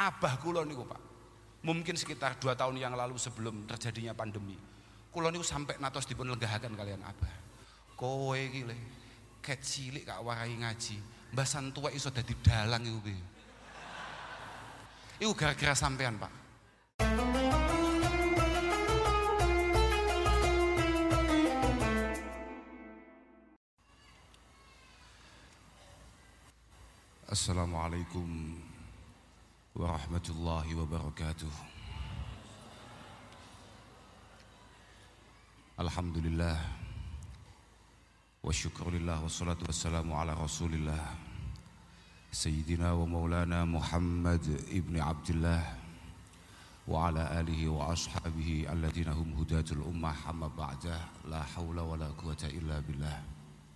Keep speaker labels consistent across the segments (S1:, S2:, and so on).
S1: Abah kula niku Pak, mungkin sekitar 2 tahun yang lalu sebelum terjadinya pandemi, kula niku sampai natos dipun legahaken kalian Abah. Kowe iki le ket cilik kak warai ngaji, mbah santuwek iso dadi dalang iku piye? Iku gara-gara sampean Pak. Assalamualaikum warahmatullahi wabarakatuh. Alhamdulillah wa syukurillah wassalatu wassalamu ala rasulillah Sayyidina wa maulana Muhammad ibn Abdullah wa ala alihi wa ashabihi alladhina hum hudatul ummah amma ba'dah la hawla wa la quwata illa billah.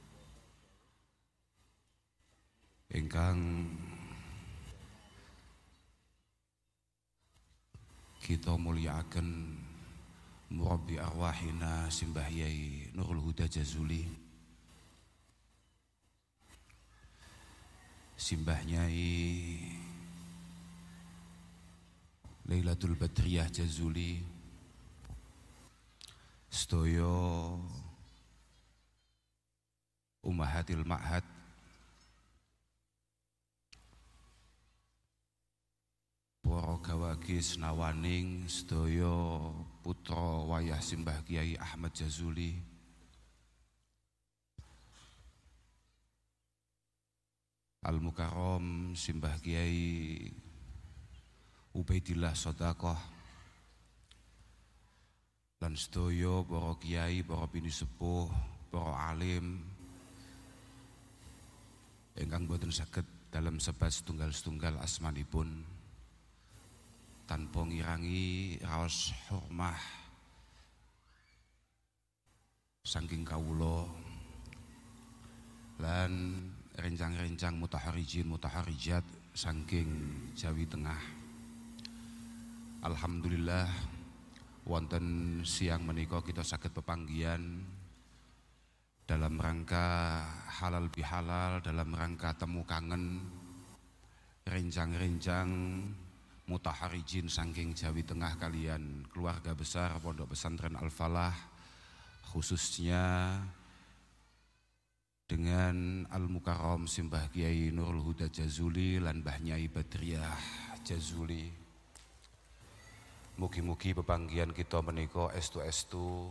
S1: Ingkang kita muliakan murabbi arwahina Simbah Yai Nurul Huda Jazuli, Simbah Nyai Lailatul Badriyah Jazuli, sedaya Ummahatil Ma'had, para gawagis nawaning sedaya putra wayah Simbah Kiai Ahmad Jazuli, Al-Mukarram Simbah Kiai Ubaidillah Sodaqoh, lan sedaya para kiai, para bini sepuh, para alim ingkang boten saged dalam sebat setunggal-setunggal asmanipun tanpa ngirangi raos hormah saking kawula lan rencang-rencang mutaharijin mutaharijat saking Jawi Tengah. Alhamdulillah wonten siang menika kita saged pepanggihan dalam rangka halal bihalal, dalam rangka temu kangen rencang-rencang mutaharijin saking Jawi Tengah kalian keluarga besar Pondok Pesantren Al-Falah, khususnya dengan Al-Mukarram Simbah Kiai Nurul Huda Jazuli lan Mbah Nyai Badriyah Jazuli. Mugi-mugi pepanggihan kita menika estu-estu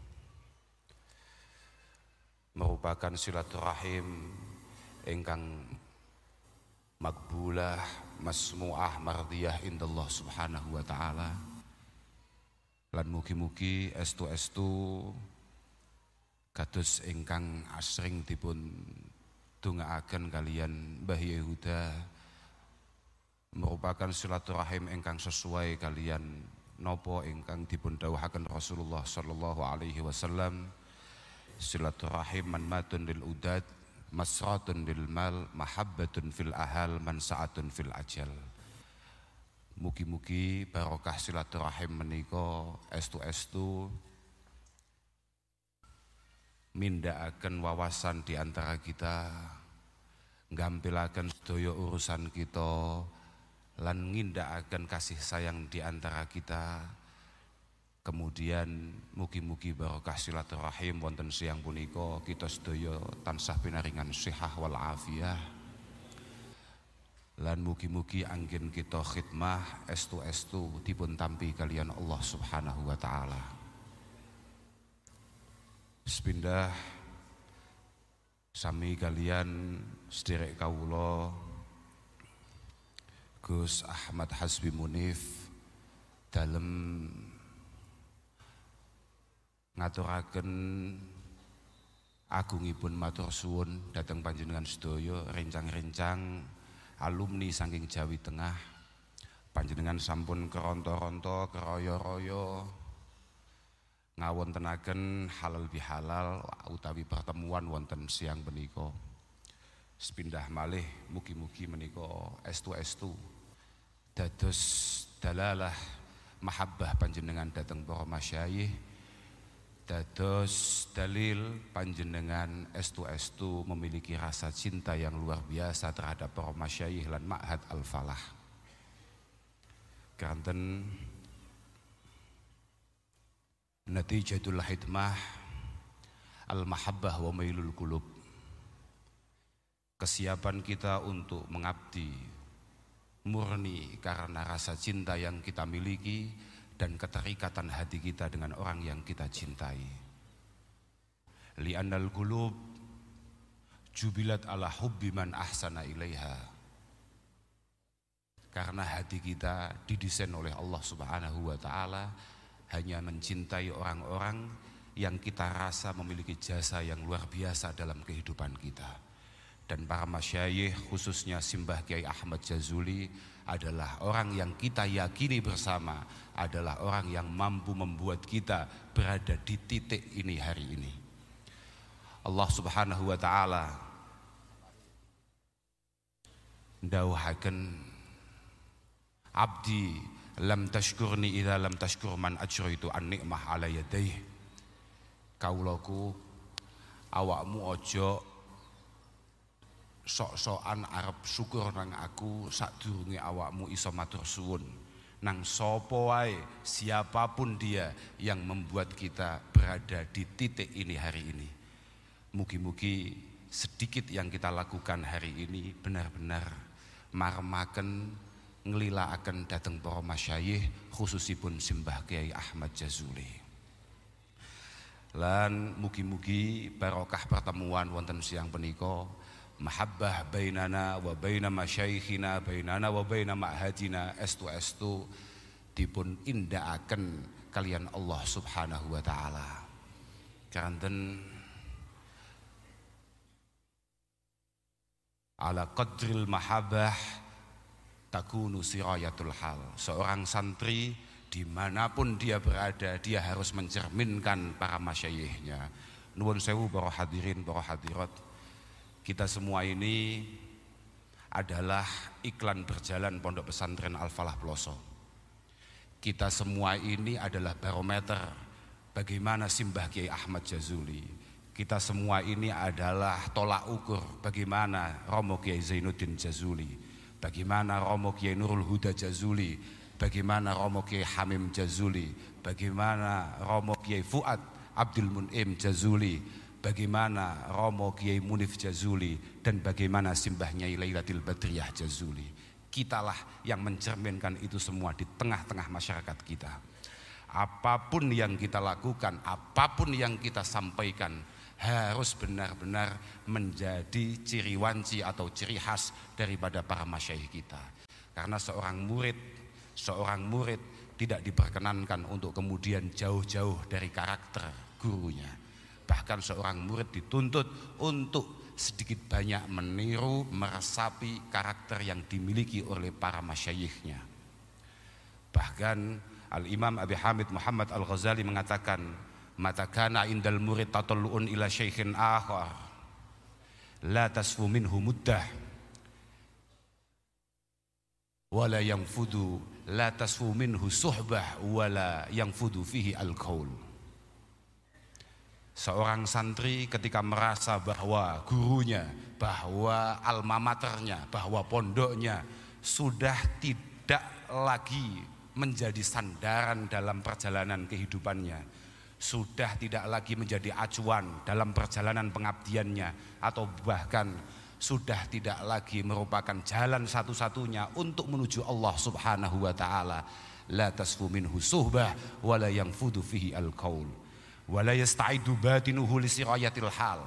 S1: merupakan silaturahim ingkang makbulah, masmu'ah, mardiyah indallah subhanahu wa ta'ala. Lan mugi-mugi estu-estu kados ingkang asring dipun dongaaken kalian Mbah Yehuda merupakan silaturahim ingkang sesuai kalian napa ingkang dipun dawuhaken Rasulullah sallallahu alaihi wasallam, silaturahim manmatun lil udad, masratun lil mal, mahabbatun fil ahal, mansaatun fil ajal. Mugi-mugi barokah silaturahim menika estu-estu mindhakaken wawasan di antara kita, nggampilaken sedaya urusan kita, lan ngindakaken kasih sayang di antara kita. Kemudian mugi-mugi barokah silaturahim wonten siang punika kita sedaya tansah pinaringan sihah wal afiyah. Lan mugi-mugi anggen kita khidmah estu-estu dipun tampi kalian Allah Subhanahu wa taala. Sepindah sami kalian sederek kawula Gus Ahmad Hasbi Munif dalem ngaturaken agungipun matur suwun dhateng panjenengan sedaya rencang-rencang alumni saking Jawi Tengah. Panjenengan sampun keronto-ronto keroyo-royo ngawontenaken halal bihalal utawi pertemuan wonten siang menika. Sepindah malih mugi-mugi menika estu-estu dados dalalah mahabbah panjenengan dhateng para masyayikh, dados dalil panjenengan estu-estu memiliki rasa cinta yang luar biasa terhadap para masyayikh lan Ma'had Al-Falah. Kanten natijatul hidmah al-mahabbah wa mailul qulub. Kesiapan kita untuk mengabdi murni karena rasa cinta yang kita miliki dan keterikatan hati kita dengan orang yang kita cintai. Li'annal qulub jubilat ala hubbi man ahsana ilaiha. Karena hati kita didesain oleh Allah Subhanahu wa ta'ala hanya mencintai orang-orang yang kita rasa memiliki jasa yang luar biasa dalam kehidupan kita. Dan para masyayikh khususnya Simbah Kiai Ahmad Jazuli adalah orang yang kita yakini bersama adalah orang yang mampu membuat kita berada di titik ini hari ini. Allah Subhanahu wa ta'ala ndawuhaken abdi lam tashkurni idza lam tashkur man ajraitu an nikmah ala yadayh. Kaulaku awakmu ojo sok-sokan arep syukur nang aku sadurunge awakmu iso matur suwun nang sapa wae siapapun dia yang membuat kita berada di titik ini hari ini. Mugi-mugi sedikit yang kita lakukan hari ini benar-benar maremaken ngelilaaken dateng para masyayikh khususipun Simbah Kiai Ahmad Jazuli. Lan mugi-mugi barokah pertemuan wonten siang punika mahabbah bainana wa baina masyayikhina bainana wa baina ma'hadina estu dipun indakaken kalian Allah Subhanahu wa ta'ala. Kanten ala qadril mahabbah takunu sirayatul hal. Seorang santri dimanapun dia berada, dia harus mencerminkan para masyayikhnya. Nuwun sewu para hadirin, para hadirat, kita semua ini adalah iklan berjalan Pondok Pesantren Al-Falah Ploso. Kita semua ini adalah barometer bagaimana Simbah Kiai Ahmad Jazuli. Kita semua ini adalah tolak ukur bagaimana Romo Kiai Zainuddin Jazuli, bagaimana Romo Kiai Nurul Huda Jazuli, bagaimana Romo Kiai Hamim Jazuli, bagaimana Romo Kiai Fuad Abdul Mun'im Jazuli, bagaimana Romo Kiai Munif Jazuli, dan bagaimana Simbah Nyai Lailatul Badriyah Jazuli. Kitalah yang mencerminkan itu semua di tengah-tengah masyarakat kita. Apapun yang kita lakukan, apapun yang kita sampaikan harus benar-benar menjadi ciri wanci atau ciri khas daripada para masyayikh kita. Karena seorang murid tidak diperkenankan untuk kemudian jauh-jauh dari karakter gurunya. Bahkan seorang murid dituntut untuk sedikit banyak meniru, meresapi karakter yang dimiliki oleh para masyayikhnya. Bahkan Al-Imam Abi Hamid Muhammad Al-Ghazali mengatakan, mata kana indal murid tatallu'un ila syaikhin akhar la tasfu minhu muddah wala yanfudu la tasfu minhu suhbah wala yanfudu fihi al-qaul. Seorang santri ketika merasa bahwa gurunya, bahwa alma maternya, bahwa pondoknya sudah tidak lagi menjadi sandaran dalam perjalanan kehidupannya, sudah tidak lagi menjadi acuan dalam perjalanan pengabdiannya, atau bahkan sudah tidak lagi merupakan jalan satu-satunya untuk menuju Allah Subhanahu wa ta'ala, la tasfu minhu suhbah wa la yanfudu fihi al-qaul wa la yasta'idu batinuhu li sirayatil hal.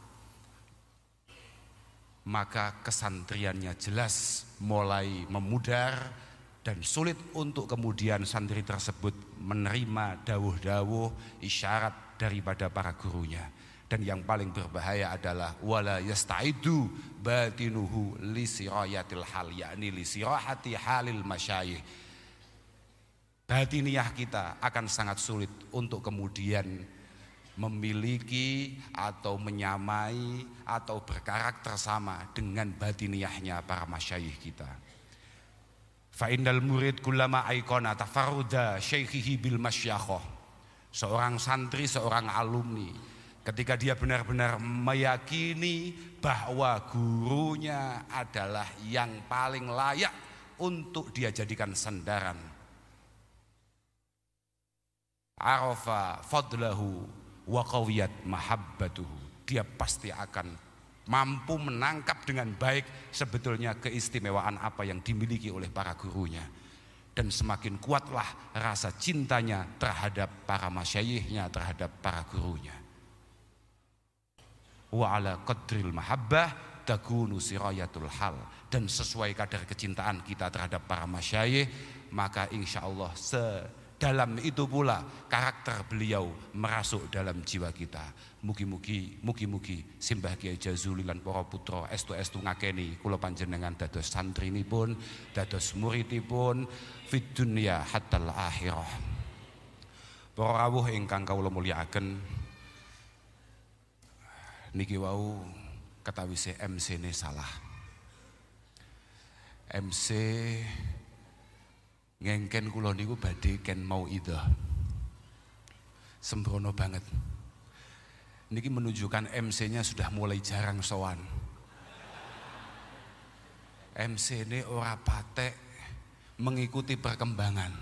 S1: Maka kesantriannya jelas mulai memudar dan sulit untuk kemudian santri tersebut menerima dawuh-dawuh isyarat daripada para gurunya. Dan yang paling berbahaya adalah wala yastaidu batinuhu li sirayatil hal, yakni li sirahati halil masyayikh. Batiniyah kita akan sangat sulit untuk kemudian memiliki atau menyamai atau berkarakter sama dengan batiniyahnya para masyayikh kita. Fa innal murid kullama aikona tafarruda syaikhihi bil masyakhah. Seorang santri, seorang alumni, ketika dia benar-benar meyakini bahwa gurunya adalah yang paling layak untuk dia jadikan sandaran, arafa fadlahu wa qawiyat mahabbatuhu. Dia pasti akan mampu menangkap dengan baik sebetulnya keistimewaan apa yang dimiliki oleh para gurunya, dan semakin kuatlah rasa cintanya terhadap para masyayikhnya, terhadap para gurunya. Wa ala qadril mahabbah takunu sirayatul hal, dan sesuai kadar kecintaan kita terhadap para masyayikh, maka insya Allah dalam itu pula karakter beliau merasuk dalam jiwa kita. Mugi-mugi simbah Kiai Jazuli lan para putra estu ngakeni kula panjenengan dados santrinipun, dados muridipun fid dunya hatal akhirah. Para rawuh ingkang kawula mulyakaken, niki wau ketawise MC-ne salah. MC ngengken kula niku badhe ken mau idah. Sembrono banget. Niki menunjukkan MC-nya sudah mulai jarang sowan. MC ini ora patek mengikuti perkembangan.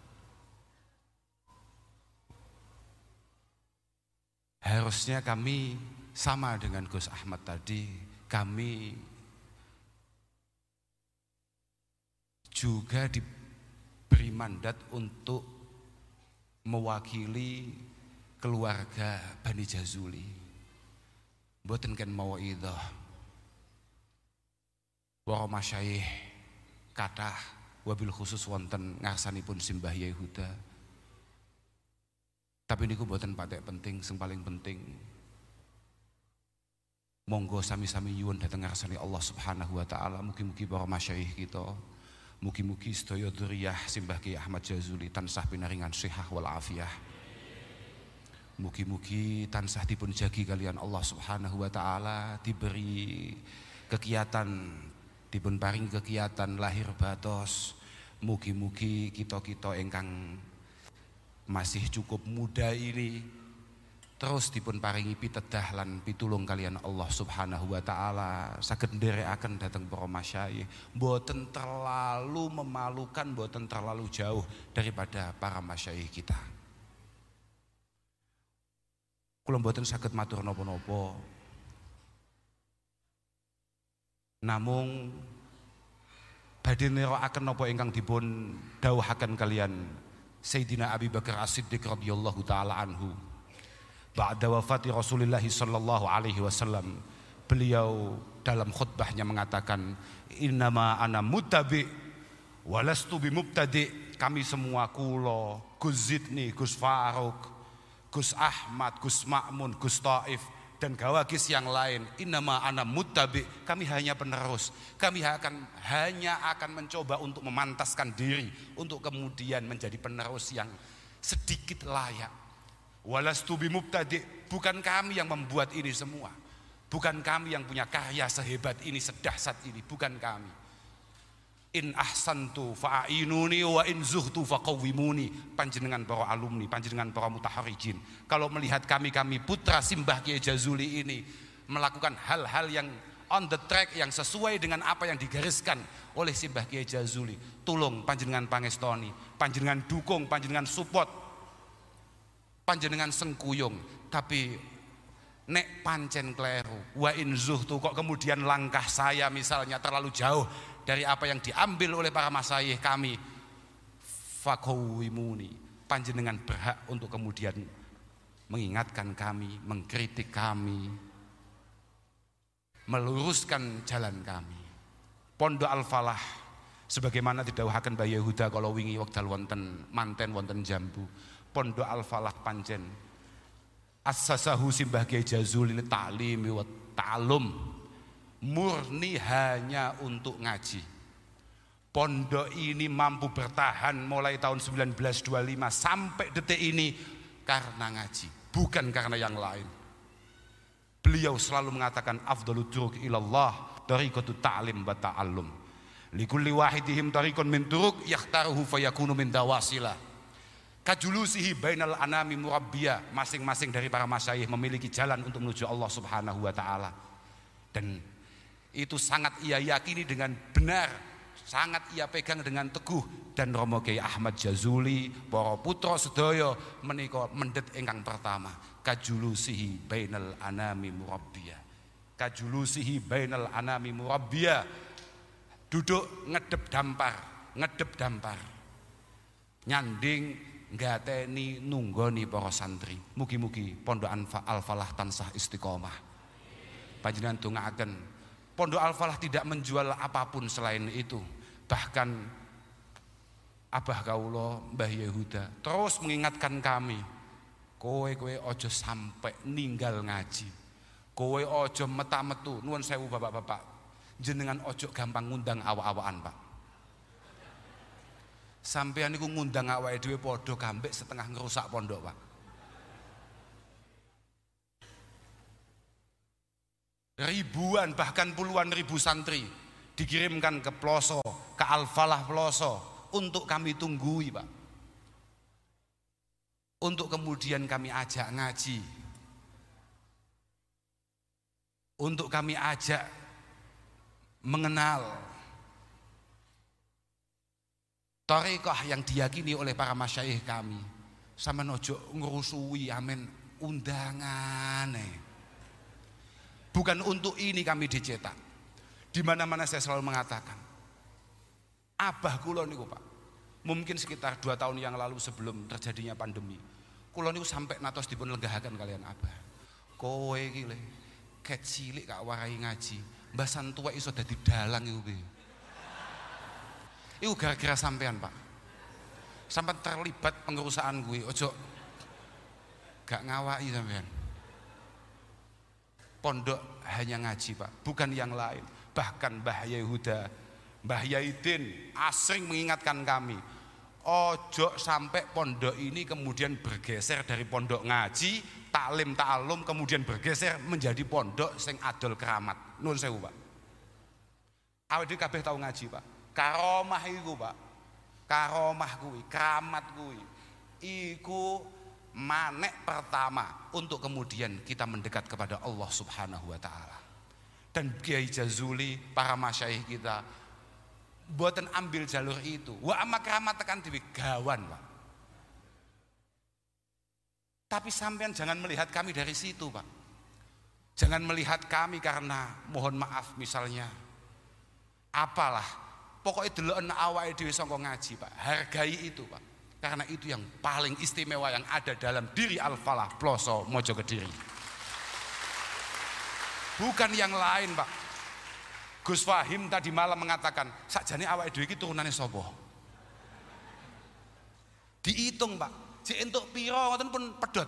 S1: Harusnya kami sama dengan Gus Ahmad tadi, kami juga diberi mandat untuk mewakili keluarga Bani Jazuli. Mboten ken mauidhah. Para masyayikh kathah wabil khusus wonten ngarsanipun Simbah Yai Huda. Tapi niku mboten patek penting, sing paling penting monggo sami-sami nyuwun dhateng ngarsane Allah Subhanahu wa taala, mugi-mugi para masyayikh kita, mugi-mugi sedaya dzurriyyah Simbah Kiai Ahmad Jazuli tansah pinaringan sihah wal afiyah. Mugi-mugi tansah dipun jagi kalian Allah Subhanahu wa taala, diberi kegiatan, dipun paring kegiatan lahir batos. Mugi-mugi kita-kita ingkang masih cukup muda ini terus dipun paringi pitedah lan pitulung kalian Allah Subhanahu wa taala, saged nderekaken dhateng para masyayikh, mboten terlalu memalukan, mboten terlalu jauh daripada para masyayikh kita. Kula mboten saged matur napa-napa. Namung badhe nerakaken napa ingkang dipun dawuhaken kalian Sayyidina Abi Bakar As-Siddiq radhiyallahu taala anhu. Ba'da wafati Rasulullah sallallahu alaihi wasallam, beliau dalam khutbahnya mengatakan, innama ana muttabi walastu bimubtadi. Kami semua kula, Gus Zidni, Gus Faruk, Gus Ahmad, Gus Ma'mun, Gus Taif, dan gawagis yang lain, innama ana muttabi, kami hanya penerus. Kami hanya akan mencoba untuk memantaskan diri untuk kemudian menjadi penerus yang sedikit layak. Walastu bimubtadi, bukan kami yang membuat ini semua, bukan kami yang punya karya sehebat ini, sedahsyat ini, bukan kami. In ahsantu fa'inuni wa in zuhtu faqawwimuni. Panjenengan para alumni, panjenengan para mutaharrijin, kalau melihat kami putra Simbah Kiai Jazuli ini melakukan hal-hal yang on the track, yang sesuai dengan apa yang digariskan oleh Simbah Kiai Jazuli, tulung panjenengan pangestoni, panjenengan dukung, panjenengan support, panjenengan sengkuyung. Tapi nek pancen kleru wa in zuhtu, kok kemudian langkah saya misalnya terlalu jauh dari apa yang diambil oleh para masyayikh kami, fakawimuni, panjenengan berhak untuk kemudian mengingatkan kami, mengkritik kami, meluruskan jalan kami. Pondok Al-Falah sebagaimana didhawuhaken Mbah Yehuda kalau wingi wekdal wonten manten wonten Jambu, Pondok Al-Falah pancen assasahu Simbah Kiai Jazuli li ta'limi wa ta'allum, murni hanya untuk ngaji. Pondok ini mampu bertahan mulai tahun 1925 sampai detik ini karena ngaji, bukan karena yang lain. Beliau selalu mengatakan afdhalud turuq ilallah tariqatut ta'lim wa ta'allum. Likulli wahidihim tariqun min turuq yakhtaruhu fayakunu min dawasilah. Kajulusihi bainal anami murabbiyah. Masing-masing dari para masyayikh memiliki jalan untuk menuju Allah Subhanahu wa taala. Dan itu sangat ia yakini dengan benar, sangat ia pegang dengan teguh dan Romo Kiai Ahmad Jazuli, para putra sedaya menika mendhet ingkang pertama, kajulusihi bainal anami murabbiya. Kajulusihi bainal anami murabbiya. Duduk ngedep dampar. Nyanding ngateni nunggoni para santri. Mugi-mugi Pondok Al-Falah tansah istiqomah. Panjenengan dongaaken Pondok Al-Falah tidak menjual apapun selain itu. Bahkan Abah kawula Mbah Yehuda terus mengingatkan kami, kowe ojo sampai ninggal ngaji, kowe ojo meta-metu. Nuwun sewu bapak-bapak, jenengan ojo gampang ngundang awak-awakan Pak. Sampeyan niku ngundang awake dhewe padha gambek setengah ngerusak pondok Pak. Ribuan bahkan puluhan ribu santri dikirimkan ke Ploso, ke Al-Falah Ploso untuk kami tunggui Pak, untuk kemudian kami ajak ngaji, untuk kami ajak mengenal thariqah yang diyakini oleh para masyayikh kami. Sama nojo ngerusui amin undangan. Bukan untuk ini kami dicetak. Di mana-mana saya selalu mengatakan, abah kula niku Pak, mungkin sekitar 2 tahun yang lalu sebelum terjadinya pandemi, kula niku sampai natos dipun legahaken kalian abah. Kowe iki le ket cilik kak warai ngaji, mbah santua iso dadi dalang iku piye? Iku gara-gara sampean Pak. Sampai terlibat pengurusan gue, ojo gak ngawai sampean. Pondok hanya ngaji Pak, bukan yang lain. Bahkan Mbah Yehuda, Mbah Yaidin asring mengingatkan kami, ojo sampai pondok ini kemudian bergeser dari pondok ngaji, taklim ta'alum kemudian bergeser menjadi pondok sing adol keramat. Nuwun sewu Pak. Awake dhewe kabeh tau ngaji Pak. Karomah iku Pak. Karomah kuwi, keramat kuwi. Iku manek pertama untuk kemudian kita mendekat kepada Allah Subhanahu wa taala. Dan Kiai Jazuli, para masyayikh kita buatan ambil jalur itu. Wa amma keramat tekan dhewe gawan Pak. Tapi sampean jangan melihat kami dari situ Pak. Jangan melihat kami karena mohon maaf misalnya apalah, pokoknya deloken awake dhewe sangka ngaji Pak. Hargai itu Pak. Karena itu yang paling istimewa yang ada dalam diri Al-Falah Ploso Mojo Kediri. Bukan yang lain Pak. Gus Fahim tadi malam mengatakan, sakjane awake dhewe iki turunane sapa? Diitung Pak. Jek entuk pira ngoten pun pedhot.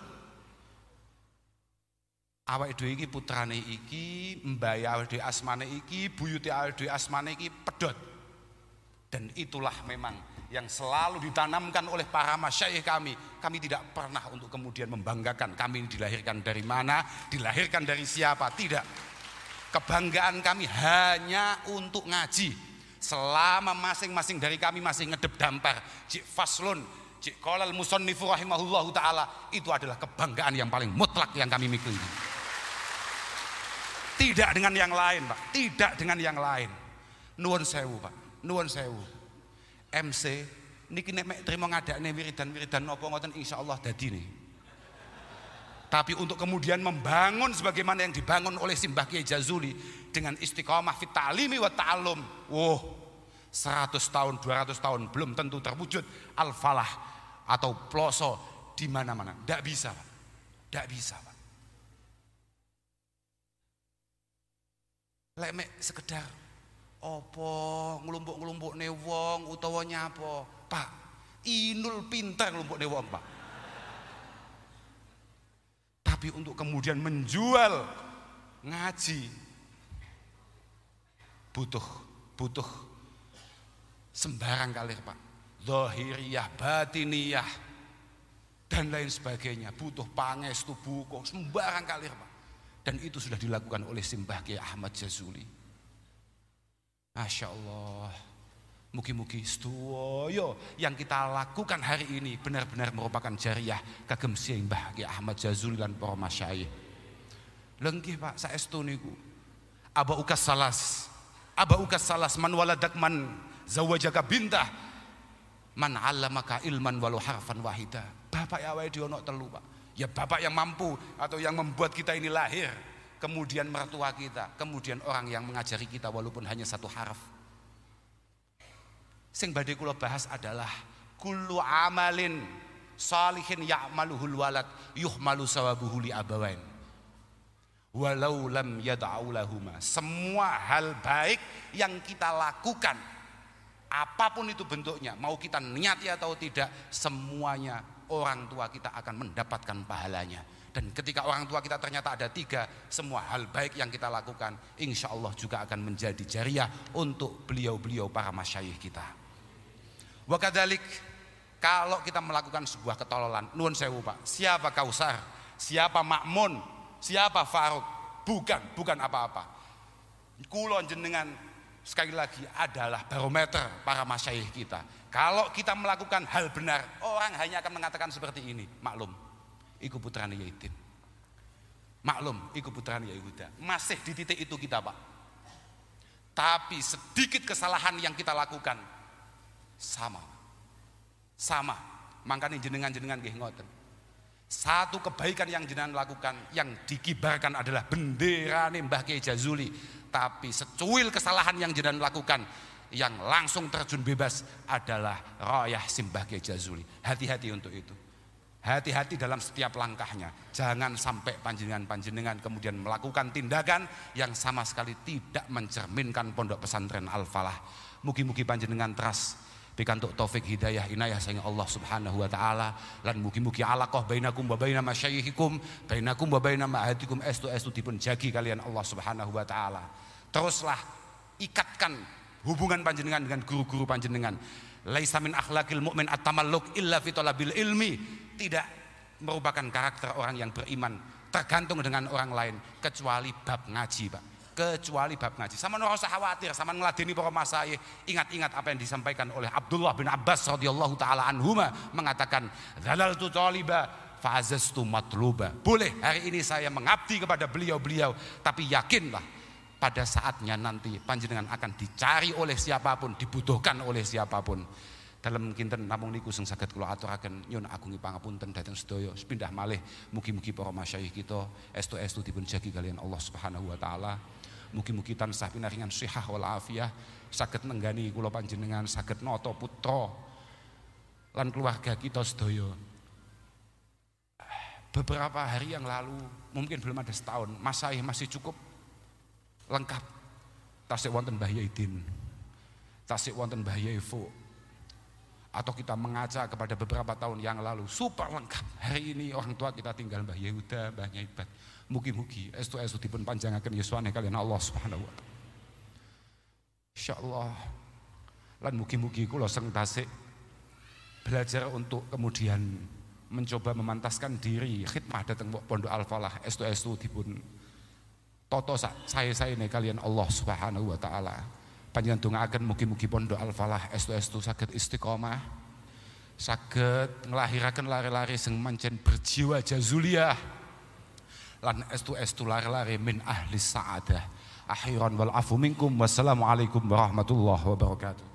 S1: Awake dhewe iki putrane iki, mbae awake dhewe asmane iki, buyute awake dhewe asmane iki pedhot. Dan itulah memang yang selalu ditanamkan oleh para masyayikh kami. Kami tidak pernah untuk kemudian membanggakan kami dilahirkan dari mana, dilahirkan dari siapa, tidak. Kebanggaan kami hanya untuk ngaji. Selama masing-masing dari kami masih ngedep dampar, cik faslun, cik qolal musannifu rahimahullahu ta'ala, itu adalah kebanggaan yang paling mutlak yang kami miliki. Tidak dengan yang lain Pak, tidak dengan yang lain. Nuwun sewu Pak, nuwun sewu. MC niki nek trimo ngadakne wiridan-wiridan napa ngoten insyaallah dadi nih. Tapi untuk kemudian membangun sebagaimana yang dibangun oleh Simbah Kiai Jazuli dengan istiqomah fit ta'limi wa ta'allum. 100 tahun, 200 tahun belum tentu terwujud Al-Falah atau Ploso di mana-mana. Tidak bisa Pak. Tidak bisa Pak. Lek mek sekedar opo ngelumpuk-ngelumpukne wong utawa nyapa Pak, Inul pintar ngelumpukne wong Pak. Tapi untuk kemudian menjual ngaji butuh sembarang kali Pak, zahiriyah, batiniyah dan lain sebagainya, butuh pangestu buku sembarang kali Pak. Dan itu sudah dilakukan oleh Simbah Kiai Ahmad Jazuli. Masya Allah. Mugi-mugi sedoyo yang kita lakukan hari ini benar-benar merupakan jariah kagem Simbah Kiai Ahmad Jazuli lan para masyayikh. Lenggih Pak saestu niku. Aba ukas salas man waladak man zawajaka bintah. Man 'allamaka ilman walau harfan wahida. Bapak ya wae diono telu, Pak. Ya bapak yang mampu atau yang membuat kita ini lahir, kemudian mertua kita, kemudian orang yang mengajari kita walaupun hanya satu harf. Sing badhe kula bahas adalah kullu amalin salihin ya'maluhul walad yuhmalu sawabuhu li abawain walau lam yad'u lahuma. Semua hal baik yang kita lakukan, apapun itu bentuknya, mau kita niati atau tidak, semuanya orang tua kita akan mendapatkan pahalanya. Dan ketika orang tua kita ternyata ada 3, semua hal baik yang kita lakukan insya Allah juga akan menjadi jariah untuk beliau-beliau para masyayikh kita. Wa kadzalik, kalau kita melakukan sebuah ketololan, nuwun sewu Pak, siapa Kausar, siapa Makmun, siapa Faruk, bukan apa-apa. Kula jenengan sekali lagi adalah barometer para masyayikh kita. Kalau kita melakukan hal benar, orang hanya akan mengatakan seperti ini, maklum, iku putrane Yaidin, maklum, iku putrane Yahuda. Masih di titik itu kita, Pak. Tapi sedikit kesalahan yang kita lakukan sama. Makanya jenengan nggih ngoten. Satu kebaikan yang jenengan lakukan, yang dikibarkan adalah bendera Mbah Kiai Jazuli. Tapi secuil kesalahan yang jenengan lakukan, yang langsung terjun bebas adalah royah Simbah Kiai Jazuli. Hati-hati untuk itu. Hati-hati dalam setiap langkahnya. Jangan sampai panjenengan kemudian melakukan tindakan yang sama sekali tidak mencerminkan Pondok Pesantren Al-Falah. Mugi-mugi panjenengan teras pikantuk taufik hidayah inayah saking Allah Subhanahu wa taala, lan mugi-mugi alaqah bainakum wa baina masyayikhikum, bainakum wa baina ma'hadikum estu dipun jagi kalian Allah Subhanahu wa taala. Teruslah ikatkan hubungan panjenengan dengan guru-guru panjenengan. Laisa min akhlaqil mu'min at-tamalluk illa fi talabil ilmi. Tidak merupakan karakter orang yang beriman tergantung dengan orang lain kecuali bab ngaji, Pak. Kecuali bab ngaji. Sama ora usah khawatir, sama ngladeni para masyayikh. Ingat-ingat apa yang disampaikan oleh Abdullah bin Abbas radhiyallahu taala anhuma, mengatakan zalaltu taliba fa'azaztu matluba. Boleh hari ini saya mengabdi kepada beliau-beliau, tapi yakinlah pada saatnya nanti panjenengan akan dicari oleh siapapun, dibutuhkan oleh siapapun. Dalam kinten namung niku sing saged kula aturaken nyuwun agungi pangapunten dhateng sedaya. Pindah malih mugi-mugi para masyayikh kita estu dipun jagi kalian Allah Subhanahu wa taala. Mugi-mugi tansah pinaringan shihah wal afiyah, saged nenggani kula panjenengan, saged nata putra lan keluarga kita sedaya. Beberapa hari yang lalu, mungkin belum ada setahun, masyayikh masih cukup lengkap. Tasik wonten Mbah Yaidin, tasik wonten Mbah Yaifu, atau kita mengaca kepada beberapa tahun yang lalu, super lengkap. Hari ini orang tua kita tinggal Mbah Yehuda, Mbah Nyaibat. Mugi-mugi estu dipun panjangaken yuswane kalian Allah Subhanahu wa taala. Insyaallah. Lan mugi-mugi kula sing tasik belajar untuk kemudian mencoba memantaskan diri khidmah datang Pondok Al-Falah, estu dipun toto saya-sayane kalian Allah Subhanahu wa taala. Panjenengan dongaaken mugi-mugi Pondok Al-Falah estu saged istiqomah, saged nglahiraken lare-lare sing mancen berjiwa jazuliyah, lan estu lare-lare min ahli sa'adah. Akhiran wal afu minkum. Wassalamualaikum warahmatullahi wabarakatuh.